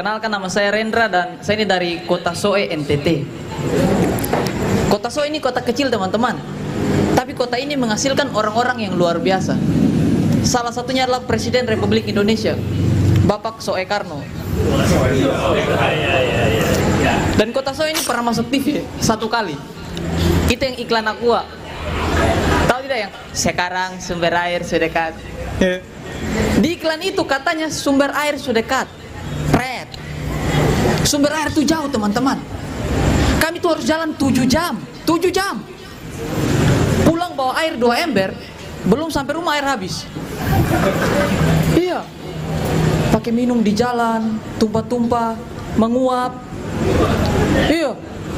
Perkenalkan, nama saya Rendra dan saya ini dari Kota Soe, NTT. Kota Soe ini kota kecil, teman-teman. Tapi kota ini menghasilkan orang-orang yang luar biasa. Salah satunya adalah Presiden Republik Indonesia, Bapak Soekarno. Dan Kota Soe ini pernah masuk TV satu kali. Itu yang iklan Aqua. Tahu tidak yang sekarang sumber air sudah dekat? Di iklan itu katanya sumber air sudah dekat. Pret. Sumber air itu jauh, teman-teman. Kami tuh harus jalan 7 jam. 7 jam. Pulang bawa air 2 ember, belum sampai rumah air habis. Iya. Pakai minum di jalan, tumpah-tumpah, menguap. Iya.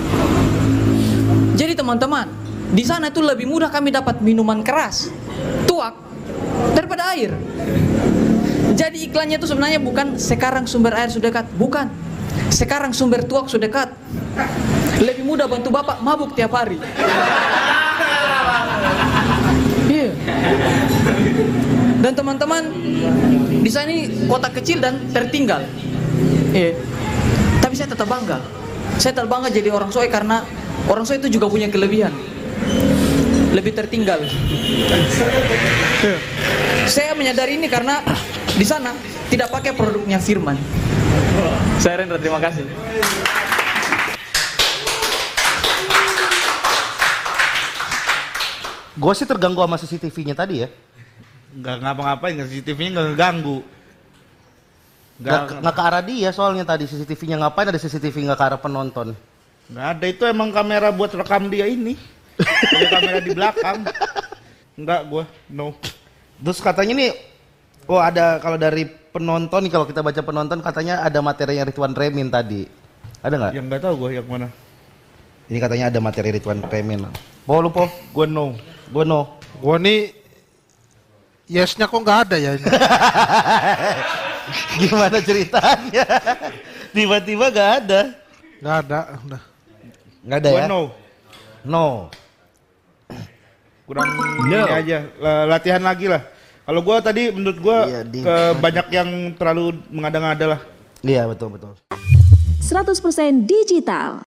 Jadi teman-teman, di sana itu lebih mudah kami dapat minuman keras, tuak, daripada air. Jadi iklannya itu sebenarnya bukan sekarang sumber air sudah dekat, bukan. Sekarang sumber tuak sudah dekat. Lebih mudah bantu bapak mabuk tiap hari. Iya. Dan teman-teman, di sana ini kota kecil dan tertinggal. Iya. Tapi saya tetap bangga. Saya tetap bangga jadi orang Soe karena orang Soe itu juga punya kelebihan. Lebih tertinggal. Saya menyadari ini karena di sana tidak pakai produknya Firman. Saya Rendra, terima kasih. Gue sih terganggu sama CCTV-nya tadi ya. Nggak ngapa-ngapain, CCTV-nya nggak ngeganggu. Nggak ke arah dia soalnya tadi CCTV-nya, ngapain ada CCTV nggak ke arah penonton? Nggak ada, itu emang kamera buat rekam dia ini. Ada kamera di belakang. Enggak, gue no. Terus katanya nih, oh ada kalau dari penonton nih, kalau kita baca penonton katanya ada materi yang Ridwan Remin tadi. Ada nggak? Yang nggak tahu gue yang mana. Ini katanya ada materi Ridwan Remin. Po lu po? Gue no. Gue no. Gua nih yesnya kok nggak ada ya ini. Gimana ceritanya? Tiba-tiba nggak ada. Nggak ada, udah. Nggak ada Gue ya? no. No. Kurang ini aja, latihan lagi lah. Kalau gue tadi menurut gue banyak yang terlalu mengada-ngada lah. Iya betul. 100% digital.